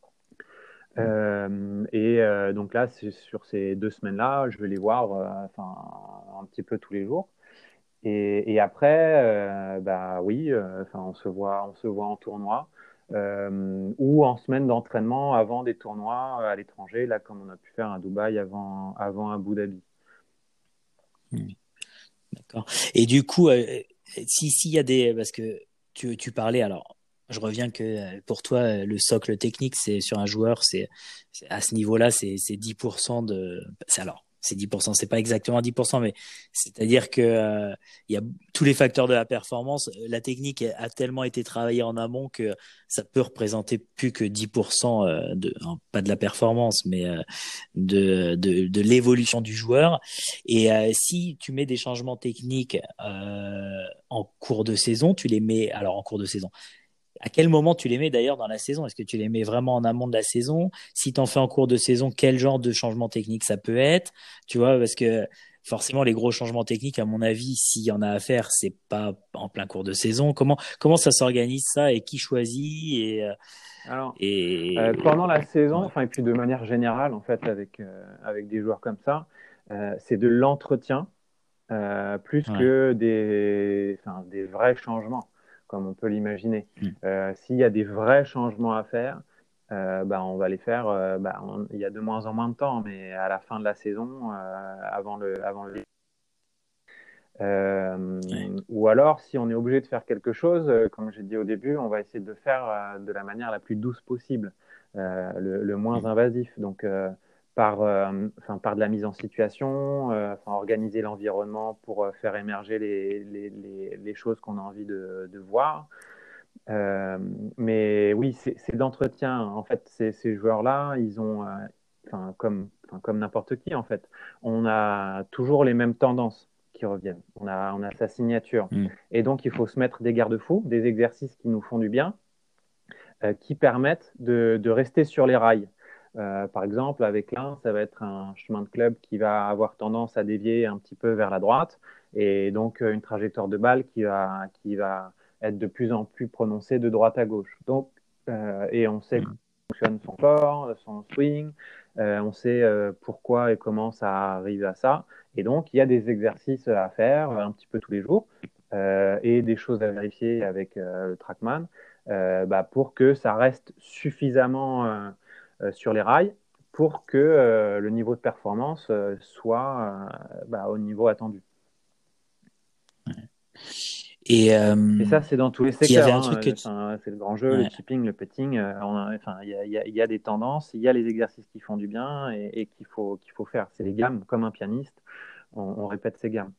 Euh, et euh, donc là, sur ces deux semaines-là, je vais les voir euh, enfin, un petit peu tous les jours. Et, et après, euh, bah oui, euh, enfin, on se voit, on se voit en tournoi euh, ou en semaine d'entraînement avant des tournois à l'étranger, là comme on a pu faire à Dubaï avant, avant Abu Dhabi. Hmm, d'accord. Et du coup, euh, si s'il y a des, parce que tu, tu parlais, alors je reviens que euh, pour toi, euh, le socle technique, c'est sur un joueur, c'est c'est- à ce niveau-là, c'est c'est dix pour cent de, c'est alors. C'est dix pour cent, c'est pas exactement dix pour cent, mais c'est-à-dire que euh, il y a tous les facteurs de la performance. La technique a tellement été travaillée en amont que ça peut représenter plus que dix pour cent euh, de, hein, pas de la performance, mais euh, de, de, de l'évolution du joueur. Et euh, si tu mets des changements techniques euh, en cours de saison, tu les mets alors en cours de saison. À quel moment tu les mets d'ailleurs dans la saison? Est-ce que tu les mets vraiment en amont de la saison? Si tu en fais en cours de saison, quel genre de changement technique ça peut être? Tu vois, parce que forcément les gros changements techniques, à mon avis, s'il y en a à faire, c'est pas en plein cours de saison. Comment comment ça s'organise ça et qui choisit et euh, Alors, euh, et pendant la saison, ouais, enfin, et puis de manière générale, en fait, avec, euh, avec des joueurs comme ça, euh, c'est de l'entretien euh, plus ouais. que des, enfin, des vrais changements, comme on peut l'imaginer. Mm. Euh, s'il y a des vrais changements à faire, euh, bah, on va les faire. Euh, bah, on- il y a de moins en moins de temps, mais à la fin de la saison, euh, avant le, avant le Ouais. euh, ou alors, si on est obligé de faire quelque chose, euh, comme j'ai dit au début, on va essayer de le faire euh, de la manière la plus douce possible, euh, le, le moins Mm. invasif. Donc, euh, par, euh, enfin, par de la mise en situation, euh, enfin, organiser l'environnement pour euh, faire émerger les, les, les, les choses qu'on a envie de, de voir. Euh, mais oui, c'est c'est de l'entretien. En fait, ces, ces joueurs-là, ils ont, euh, enfin, comme, enfin, comme n'importe qui, en fait, on a toujours les mêmes tendances qui reviennent. On a, on a sa signature. Mm. Et donc, il faut se mettre des garde-fous, des exercices qui nous font du bien, euh, qui permettent de, de rester sur les rails. Euh, par exemple, avec l'un, ça va être un chemin de club qui va avoir tendance à dévier un petit peu vers la droite, et donc euh, une trajectoire de balle qui va, qui va être de plus en plus prononcée de droite à gauche. Donc, euh, et on sait comment Mm. fonctionne son corps, son swing, euh, on sait euh, pourquoi et comment ça arrive à ça. Et donc, il y a des exercices à faire un petit peu tous les jours euh, et des choses à vérifier avec euh, le TrackMan euh, bah, pour que ça reste suffisamment euh, euh, sur les rails pour que euh, le niveau de performance euh, soit euh, bah, au niveau attendu. Et Et euh, ça, c'est dans tous les il y avait secteurs. un truc que Hein. tu... Enfin, c'est le grand jeu, le Ouais. chipping, le putting. Euh, on a- enfin, il y a, il y a- il y a des tendances, il y a les exercices qui font du bien et, et qu'il faut, qu'il faut faire. C'est les gammes, comme un pianiste, on, on répète ces gammes.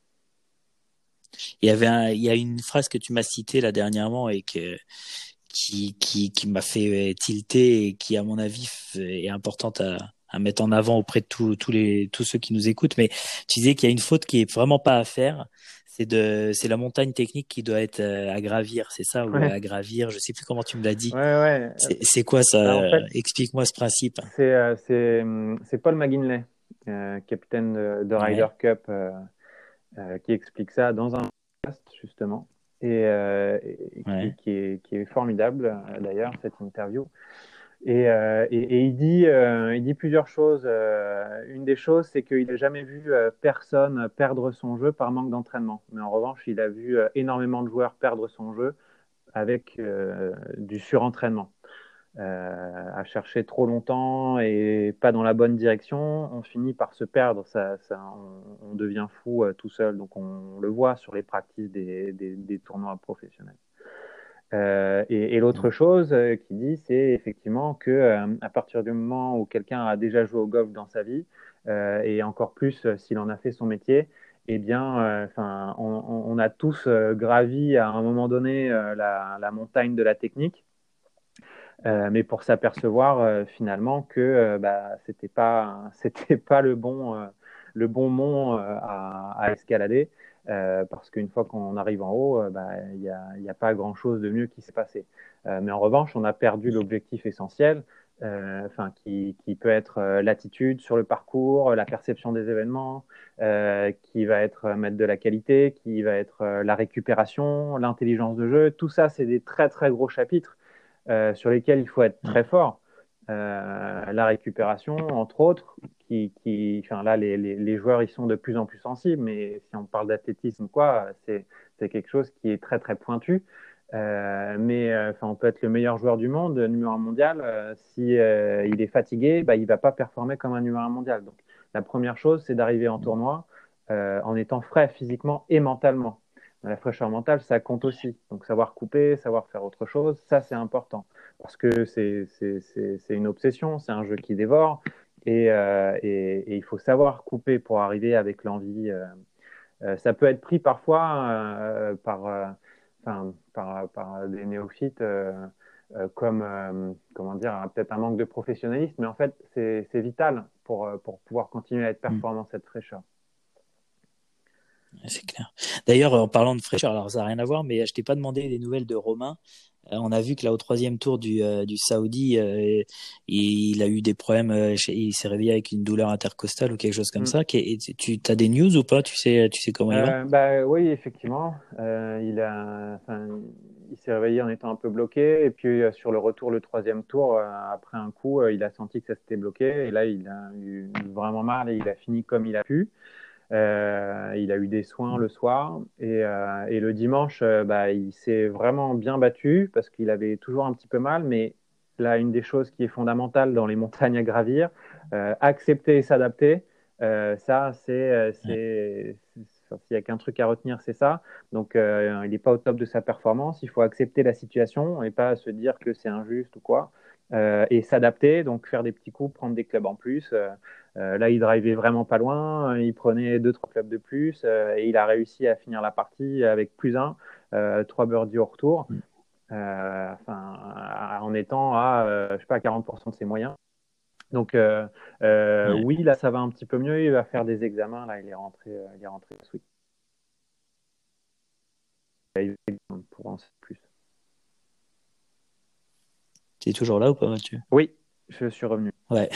Il y avait un, il y a une phrase que tu m'as citée là dernièrement et que qui qui qui m'a fait tilter et qui à mon avis est importante à à mettre en avant auprès de tous tous les tous ceux qui nous écoutent. Mais tu disais qu'il y a une faute qui est vraiment pas à faire. C'est de c'est la montagne technique qui doit être euh, à gravir, c'est ça ou Ouais, à gravir. Je sais plus comment tu me l'as dit. ouais, ouais. C'est c'est quoi Bah, en ça? fait, Explique-moi ce principe. c'est euh, c'est, hum, c'est Paul McGinley, euh, capitaine de, de Ryder Ouais, Cup. Euh, euh, qui explique ça dans un podcast, justement, et, euh, et qui, ouais, qui, est, qui, est, formidable, euh, d'ailleurs, cette interview. Et, euh, et, et il, dit, euh, il dit plusieurs choses. Euh, une des choses, c'est qu'il n'a jamais vu euh, personne perdre son jeu par manque d'entraînement. Mais en revanche, il a vu euh, énormément de joueurs perdre son jeu avec euh, du surentraînement euh, à chercher trop longtemps et pas dans la bonne direction, on finit par se perdre. Ça, ça, on, on devient fou euh, tout seul. Donc on, le voit sur les pratiques des, des, des tournois professionnels. Euh, et, et l'autre chose euh, qu'il dit, c'est effectivement que euh, à partir du moment où quelqu'un a déjà joué au golf dans sa vie, euh, et encore plus euh, s'il en a fait son métier, eh bien, euh, enfin, on, on, a tous euh, gravi à un moment donné euh, la, la montagne de la technique. Euh, mais pour s'apercevoir euh, finalement que euh, bah, c'était pas c'était pas le bon euh, le bon mont euh, à, à, escalader euh, parce qu'une fois qu'on arrive en haut, il euh, bah, n'y a, y a pas grand chose de mieux qui s'est passé. Euh, mais en revanche, on a perdu l'objectif essentiel, euh, qui, qui peut être euh, l'attitude sur le parcours, la perception des événements, euh, qui va être euh, mettre de la qualité, qui va être euh, la récupération, l'intelligence de jeu. Tout ça, c'est des très très gros chapitres euh, sur lesquels il faut être très fort. euh, la récupération, entre autres, qui, qui, enfin là, les, les, les joueurs, ils sont de plus en plus sensibles, mais si on parle d'athlétisme, quoi, c'est, c'est quelque chose qui est très, très pointu. Euh, mais euh, enfin, on peut être le meilleur joueur du monde, numéro un mondial, euh, si euh, il est fatigué, bah, il va pas performer comme un numéro un mondial. Donc, la première chose, c'est d'arriver en tournoi euh, en étant frais physiquement et mentalement. La fraîcheur mentale, ça compte aussi. Donc, savoir couper, savoir faire autre chose, ça, c'est important parce que c'est, c'est, c'est, c'est une obsession, c'est un jeu qui dévore et, euh, et, et il faut savoir couper pour arriver avec l'envie. Euh, euh, ça peut être pris parfois euh, par, euh, enfin, par, par des néophytes euh, euh, comme, euh, comment dire, un- peut-être un manque de professionnalisme, mais en fait, c'est, c'est vital pour, euh, pour pouvoir continuer à être Mm. performant cette fraîcheur. Ouais, c'est clair. D'ailleurs, en parlant de fraîcheur, alors ça n'a rien à voir, mais je t'ai pas demandé des nouvelles de Romain. Euh, on a vu que là, au troisième tour du, euh, du Saoudi, euh, il a eu des problèmes. Euh, chez- il s'est réveillé avec une douleur intercostale ou quelque chose comme Mm. ça. Qui est- tu as des news ou pas? Tu sais, tu sais comment il va? Euh, bah, oui, effectivement. Euh, il a, enfin, il s'est réveillé en étant un peu bloqué. Et puis, euh, sur le retour, le troisième tour, euh, après un coup, euh, il a senti que ça s'était bloqué. Et là, il a eu vraiment mal et il a fini comme il a pu. Euh, il a eu des soins le soir. Et, euh, et le dimanche, euh, bah, il s'est vraiment bien battu parce qu'il avait toujours un petit peu mal. Mais là, une des choses qui est fondamentale dans les montagnes à gravir, euh, accepter et s'adapter. Euh, ça, c'est, euh, Ouais. c'est, c'est- s'il n'y a qu'un truc à retenir, c'est ça. Donc, euh, il n'est pas au top de sa performance. Il faut accepter la situation et pas se dire que c'est injuste ou quoi. Euh, et s'adapter, donc faire des petits coups, prendre des clubs en plus. Euh, euh, là, il drivait vraiment pas loin. Il prenait deux, trois clubs de plus euh, et il a réussi à finir la partie avec plus un, euh, trois birdies au retour. Mm. Euh, enfin, en étant à, euh, je sais pas, quarante pour cent de ses moyens. Donc, euh, euh, Ouais. oui, là, ça va un petit peu mieux. Il va faire des examens. Là, il est rentré, euh, il est rentré ce week. Pour en savoir plus. Tu es toujours là ou pas, Mathieu? Oui, je suis revenu. Ouais.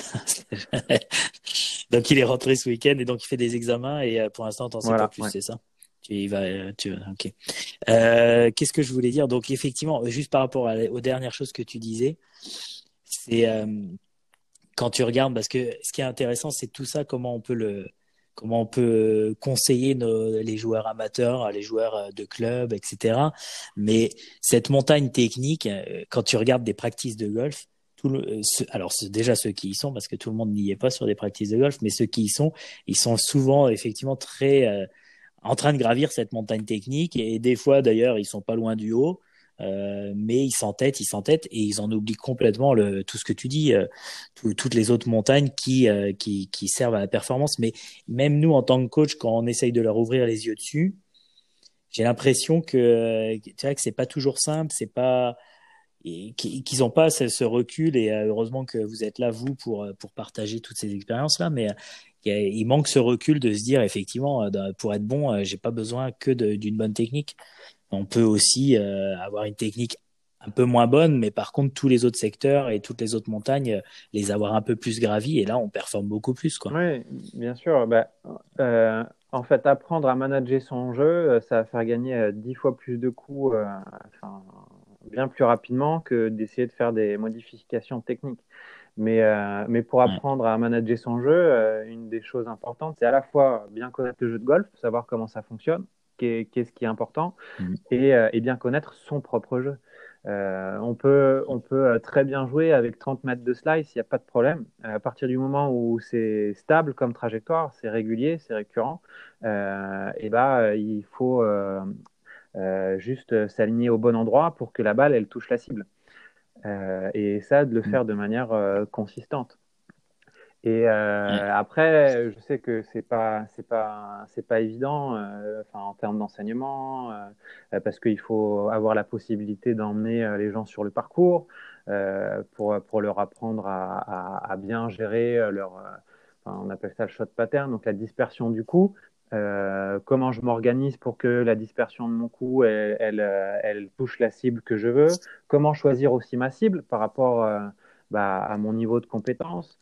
Donc il est rentré ce week-end et donc il fait des examens et euh, pour l'instant t'en sais pas Voilà, plus, ouais. c'est ça? Tu y vas, euh, tu, ok. Euh, qu'est-ce que je voulais dire? Donc effectivement, juste par rapport à- aux dernières choses que tu disais, c'est euh, quand tu regardes, parce que ce qui est intéressant, c'est tout ça, comment on peut le, comment on peut conseiller nos, les joueurs amateurs, les joueurs euh, de club, et cetera. Mais cette montagne technique, euh, quand tu regardes des practices de golf, tout le, euh, ce- alors c'est déjà ceux qui y sont, parce que tout le monde n'y est pas sur des practices de golf, mais ceux qui y sont, ils sont souvent effectivement très euh, en train de gravir cette montagne technique et des fois d'ailleurs ils sont pas loin du haut, euh, mais ils s'entêtent, ils s'entêtent et ils en oublient complètement le, tout ce que tu dis, euh, tout- toutes les autres montagnes qui, euh, qui, qui servent à la performance. Mais même nous en tant que coach, quand on essaye de leur ouvrir les yeux dessus, j'ai l'impression que tu vois que c'est pas toujours simple, c'est pas et qu'ils n'ont pas ce, ce recul et euh, heureusement que vous êtes là vous pour euh, pour partager toutes ces expériences là, mais euh, il, y a- il manque ce recul de se dire effectivement euh, dans- pour être bon euh, j'ai pas besoin que de- d'une bonne technique, on peut aussi euh, avoir une technique un peu moins bonne mais par contre tous les autres secteurs et toutes les autres montagnes euh, les avoir un peu plus gravies et là on performe beaucoup plus quoi. Oui, bien sûr. Bah, euh, en fait, apprendre à manager son jeu, euh, ça va faire gagner euh, dix fois plus de coups, euh, enfin, bien plus rapidement que d'essayer de faire des modifications techniques. Mais, euh, mais pour Ouais. apprendre à manager son jeu, euh, une des choses importantes, c'est à la fois bien connaître le jeu de golf, savoir comment ça fonctionne, qu'est- qu'est-ce qui est important, Mm. et, euh, et bien connaître son propre jeu. Euh, on peut, on peut euh, très bien jouer avec trente mètres de slice, il n'y a pas de problème. Euh, à partir du moment où c'est stable comme trajectoire, c'est régulier, c'est récurrent, euh, et bah, il faut euh, euh, juste s'aligner au bon endroit pour que la balle, elle touche la cible. Euh, et ça, de le Mm. faire de manière euh, consistante. Et Ouais. euh, après, je sais que c'est pas c'est pas c'est pas évident, euh, enfin en termes d'enseignement, euh, euh, parce qu'il faut avoir la possibilité d'emmener euh, les gens sur le parcours euh, pour pour leur apprendre à, à, à bien gérer euh, leur, euh, enfin, on appelle ça le shot pattern, donc la dispersion du coup. Euh, comment je m'organise pour que la dispersion de mon coup elle, elle, euh, elle touche la cible que je veux. Comment choisir aussi ma cible par rapport euh, bah, à mon niveau de compétence.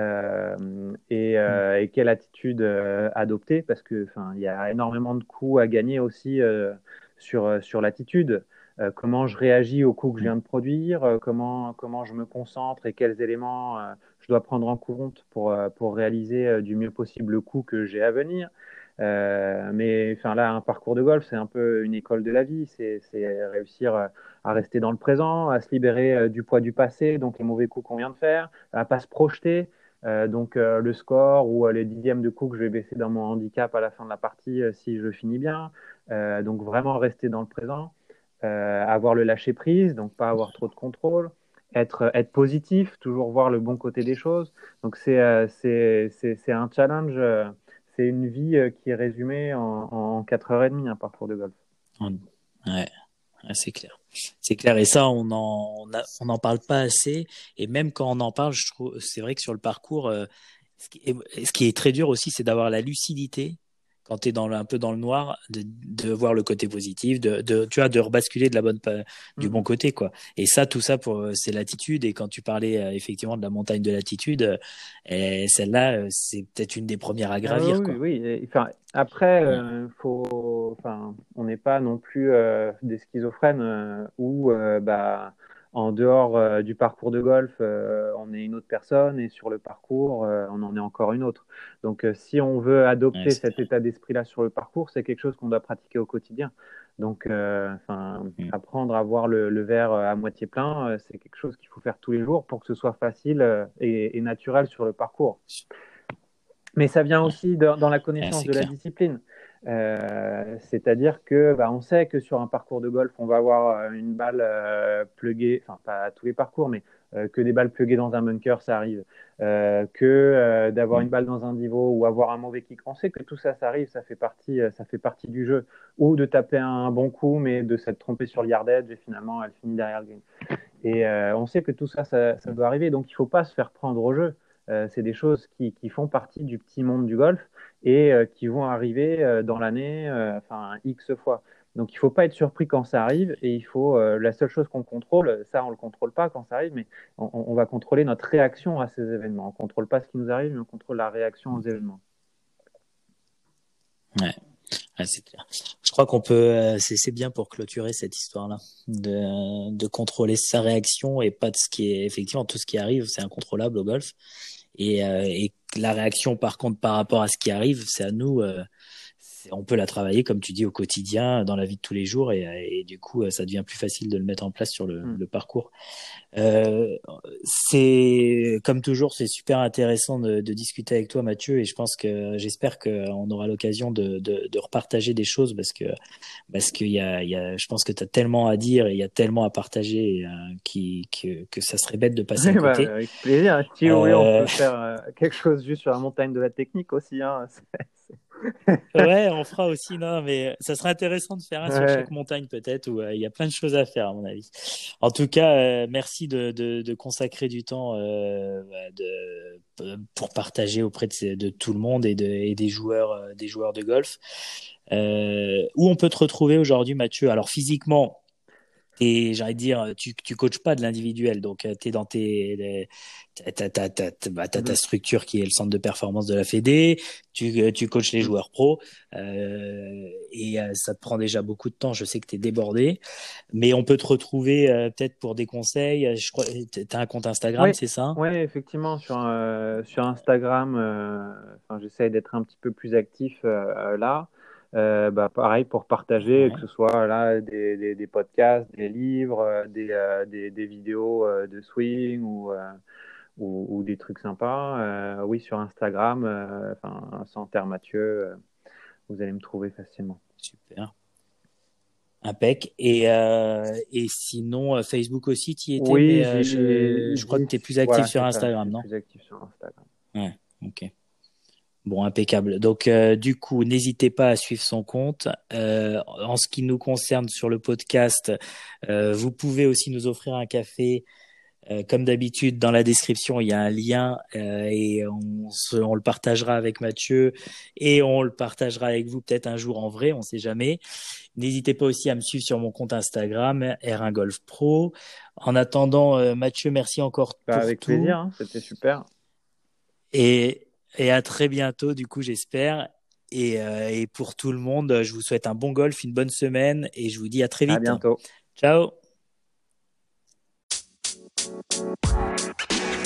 Euh, et, Mm. euh, et quelle attitude euh, adopter parce que enfin il y a énormément de coups à gagner aussi euh, sur, euh, sur l'attitude, euh, comment je réagis au coup que je viens de produire, euh, comment, comment je me concentre et quels éléments euh, je dois prendre en compte pour, euh, pour réaliser euh, du mieux possible le coup que j'ai à venir. Euh, mais enfin là, un parcours de golf, c'est un peu une école de la vie. C'est, c'est réussir euh, à rester dans le présent, à se libérer euh, du poids du passé, donc les mauvais coups qu'on vient de faire, à pas se projeter. Euh, donc euh, le score ou euh, les dixièmes de coups que je vais baisser dans mon handicap à la fin de la partie euh, si je finis bien. Euh, donc vraiment rester dans le présent, euh, avoir le lâcher prise, donc pas avoir trop de contrôle, être, être positif, toujours voir le bon côté des choses. Donc c'est euh, c'est, c'est, c'est un challenge. Euh, c'est une vie euh, qui est résumée en, en quatre heures trente, un parcours de golf. Ouais, ouais, c'est clair. C'est clair. Et ça, on en, on a- on n'en parle pas assez. Et même quand on en parle, je trouve, c'est vrai que sur le parcours, euh, ce qui est, ce qui est très dur aussi, c'est d'avoir la lucidité quand tu es dans le- un peu dans le noir, de, de voir le côté positif, de, de, tu vois, de rebasculer de la bonne, pa- du bon Mm. côté, quoi. Et ça, tout ça, pour, euh, c'est l'attitude. Et quand tu parlais euh, effectivement de la montagne de l'attitude, euh, et celle-là, euh, c'est peut-être une des premières à Ah gravir, oui, quoi. oui. Et, enfin, après, Ouais. euh, faut, enfin, on n'est pas non plus euh, des schizophrènes euh, où, euh, bah, en dehors euh, du parcours de golf, euh, on est une autre personne et sur le parcours, euh, on en est encore une autre. Donc, euh, si on veut Ouais, adopter c'est cet clair. état d'esprit-là sur le parcours, c'est quelque chose qu'on doit pratiquer au quotidien. Donc, euh, enfin, Mm. apprendre à voir le, le verre à moitié plein, euh, c'est quelque chose qu'il faut faire tous les jours pour que ce soit facile euh, et, et naturel sur le parcours. Mais ça vient Ouais, aussi dans, dans la ouais, connaissance c'est de la clair. discipline. Euh, c'est-à-dire que bah, on sait que sur un parcours de golf, on va avoir euh, une balle euh, pluguée, enfin pas à tous les parcours, mais euh, que des balles pluguées dans un bunker, ça arrive. Euh, que euh, d'avoir Mm. une balle dans un niveau ou avoir un mauvais kick. On sait que tout ça, ça arrive, ça fait partie, euh, ça fait partie du jeu. Ou de taper un bon coup, mais de s'être trompé sur le yardage et finalement, elle finit derrière le green. Et euh, on sait que tout ça, ça, ça doit arriver. Donc, il ne faut pas se faire prendre au jeu. Euh, c'est des choses qui, qui, font partie du petit monde du golf et euh, qui vont arriver euh, dans l'année, euh, enfin, X fois. Donc, il ne faut pas être surpris quand ça arrive. Et il faut, euh, la seule chose qu'on contrôle, ça, on ne le contrôle pas quand ça arrive, mais on, on, va contrôler notre réaction à ces événements. On ne contrôle pas ce qui nous arrive, mais on contrôle la réaction aux événements. Ouais. Ouais, c'est clair. Je crois qu'on peut, euh, c'est c'est bien pour clôturer cette histoire-là, de de contrôler sa réaction et pas de ce qui est effectivement tout ce qui arrive, c'est incontrôlable au golf. Et euh, et la réaction par contre par rapport à ce qui arrive, c'est à nous. Euh, c'est- on peut la travailler comme tu dis au quotidien, dans la vie de tous les jours, et, et du coup, euh, ça devient plus facile de le mettre en place sur le, Mm. le parcours. Euh, c'est comme toujours, c'est super intéressant de, de discuter avec toi, Mathieu, et je pense que j'espère qu'on aura l'occasion de, de, de repartager des choses parce que parce qu'il y a, il y a, je pense que tu as tellement à dire et il y a tellement à partager euh, qui, que, que ça serait bête de passer Ouais, à bah, côté. avec plaisir. Si vous voulez, on Euh, peut faire euh, quelque chose juste sur la montagne de la technique aussi. Hein. ouais, on fera aussi, non, mais ça serait intéressant de faire un sur chaque Ouais. montagne peut-être où euh, il y a plein de choses à faire à mon avis. En tout cas, euh, merci de, de, de consacrer du temps euh, bah, de, pour partager auprès de, ces- de tout le monde et, de, et des joueurs, euh, des joueurs de golf. Euh, où on peut te retrouver aujourd'hui, Mathieu? Alors physiquement, t'es, j'ai envie de dire, tu, tu coaches pas de l'individuel, donc euh, t'es dans tes, les- t'as, t'as, t'as, t'as, bah, t'as ta Mhm. structure qui est le centre de performance de la Fédé, tu, euh, tu coaches les Mhm. joueurs pros, euh, et euh, ça te prend déjà beaucoup de temps, je sais que t'es débordé, mais on peut te retrouver euh, peut-être pour des conseils, je crois, t'as un compte Instagram, Oui, c'est ça? ouais, effectivement, sur, euh, sur Instagram, euh, enfin, j'essaie d'être un petit peu plus actif euh, là. Euh, bah, pareil pour partager, que Ouais. ce soit là des, des, des podcasts, des livres, euh, des, euh, des, des vidéos euh, de swing ou, euh, ou, ou des trucs sympas. Euh, oui, sur Instagram, euh, enfin, sans terre Mathieu, euh, vous allez me trouver facilement. Super. Impec. Et, euh, et sinon, euh, Facebook aussi, tu y étais, Oui, mais euh, j'y, je, je crois que j'y tu es plus suis, actif voilà, sur c'est ça, je Instagram, suis non? plus actif sur Instagram. Ouais, ok. Bon, impeccable. Donc, euh, du coup, n'hésitez pas à suivre son compte. Euh, en ce qui nous concerne sur le podcast, euh, vous pouvez aussi nous offrir un café. Euh, comme d'habitude, dans la description, il y a un lien euh, et on, se, on le partagera avec Mathieu et on le partagera avec vous peut-être un jour en vrai, on sait jamais. N'hésitez pas aussi à me suivre sur mon compte Instagram, R un Golf Pro. En attendant, euh, Mathieu, merci encore Bah, pour avec plaisir, tout hein, c'était super. et, et à très bientôt, du coup, j'espère. Et, euh, et pour tout le monde, je vous souhaite un bon golf, une bonne semaine et je vous dis à très À vite. bientôt. Ciao!